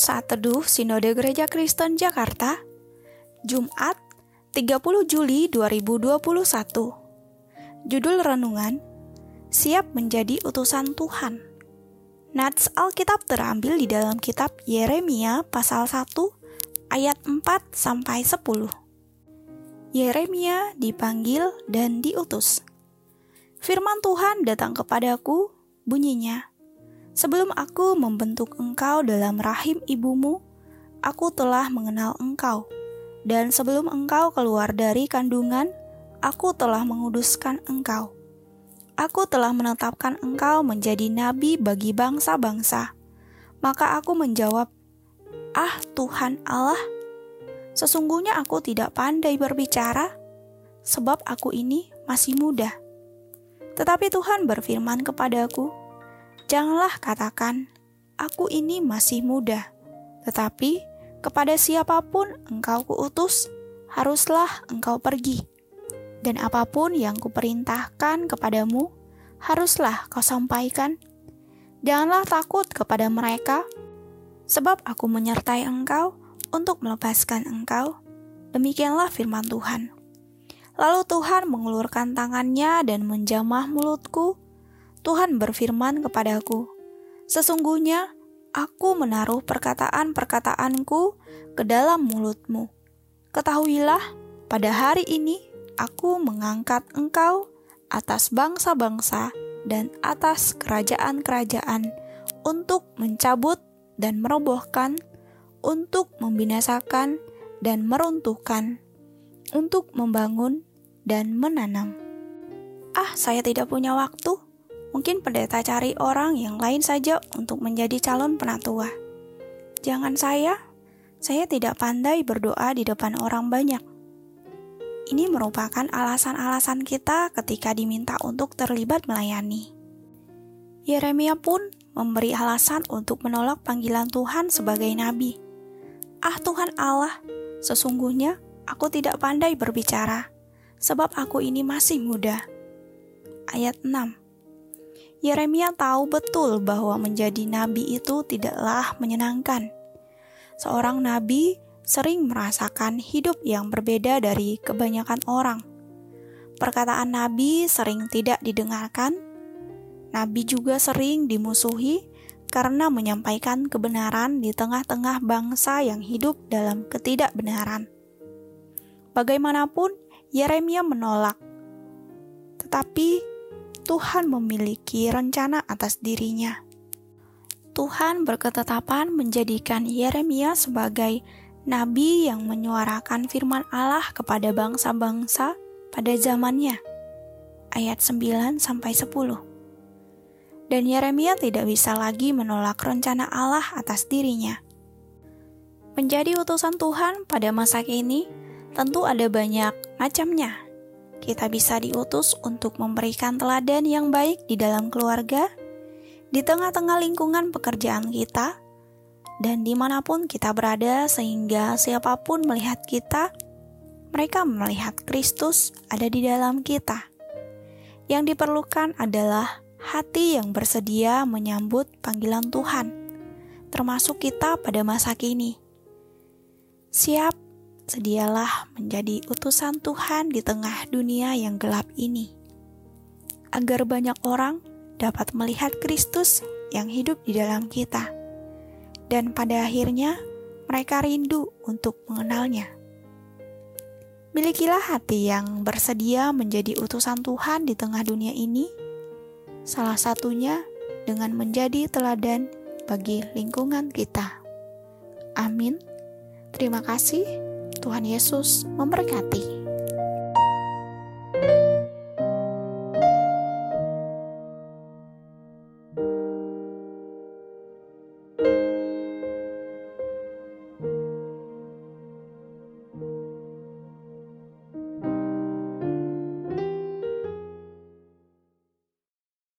Saat Teduh Sinode Gereja Kristen Jakarta, Jumat 30 Juli 2021. Judul renungan, Siap Menjadi Utusan Tuhan. Nats Alkitab terambil di dalam kitab Yeremia pasal 1 ayat 4-10. Yeremia dipanggil dan diutus. Firman Tuhan datang kepadaku, bunyinya, sebelum aku membentuk engkau dalam rahim ibumu, aku telah mengenal engkau. Dan sebelum engkau keluar dari kandungan, aku telah menguduskan engkau. Aku telah menetapkan engkau menjadi nabi bagi bangsa-bangsa. Maka aku menjawab, Tuhan Allah, sesungguhnya aku tidak pandai berbicara, sebab aku ini masih muda. Tetapi Tuhan berfirman kepadaku, janganlah katakan, aku ini masih muda, tetapi kepada siapapun engkau kuutus, haruslah engkau pergi. Dan apapun yang kuperintahkan kepadamu, haruslah kau sampaikan. Janganlah takut kepada mereka, sebab aku menyertai engkau untuk melepaskan engkau. Demikianlah firman Tuhan. Lalu Tuhan mengulurkan tangannya dan menjamah mulutku. Tuhan berfirman kepadaku, sesungguhnya aku menaruh perkataan-perkataanku ke dalam mulutmu. Ketahuilah, pada hari ini aku mengangkat engkau atas bangsa-bangsa dan atas kerajaan-kerajaan untuk mencabut dan merobohkan, untuk membinasakan dan meruntuhkan, untuk membangun dan menanam. Saya tidak punya waktu. Mungkin pendeta cari orang yang lain saja untuk menjadi calon penatua. Jangan saya tidak pandai berdoa di depan orang banyak. Ini merupakan alasan-alasan kita ketika diminta untuk terlibat melayani. Yeremia pun memberi alasan untuk menolak panggilan Tuhan sebagai nabi. Tuhan Allah, sesungguhnya aku tidak pandai berbicara, sebab aku ini masih muda. Ayat 6. Yeremia tahu betul bahwa menjadi nabi itu tidaklah menyenangkan. Seorang nabi sering merasakan hidup yang berbeda dari kebanyakan orang. Perkataan nabi sering tidak didengarkan. Nabi juga sering dimusuhi karena menyampaikan kebenaran di tengah-tengah bangsa yang hidup dalam ketidakbenaran. Bagaimanapun, Yeremia menolak. Tetapi Tuhan memiliki rencana atas dirinya. Tuhan berketetapan menjadikan Yeremia sebagai nabi yang menyuarakan firman Allah kepada bangsa-bangsa pada zamannya. Ayat 9-10. Dan Yeremia tidak bisa lagi menolak rencana Allah atas dirinya. Menjadi utusan Tuhan pada masa kini tentu ada banyak macamnya. Kita bisa diutus untuk memberikan teladan yang baik di dalam keluarga, di tengah-tengah lingkungan pekerjaan kita, dan dimanapun kita berada sehingga siapapun melihat kita, mereka melihat Kristus ada di dalam kita. Yang diperlukan adalah hati yang bersedia menyambut panggilan Tuhan, termasuk kita pada masa kini. Siap, sedialah menjadi utusan Tuhan di tengah dunia yang gelap ini, agar banyak orang dapat melihat Kristus yang hidup di dalam kita, dan pada akhirnya mereka rindu untuk mengenalnya. Milikilah hati yang bersedia menjadi utusan Tuhan di tengah dunia ini, salah satunya dengan menjadi teladan bagi lingkungan kita. Amin. Terima kasih. Tuhan Yesus memberkati.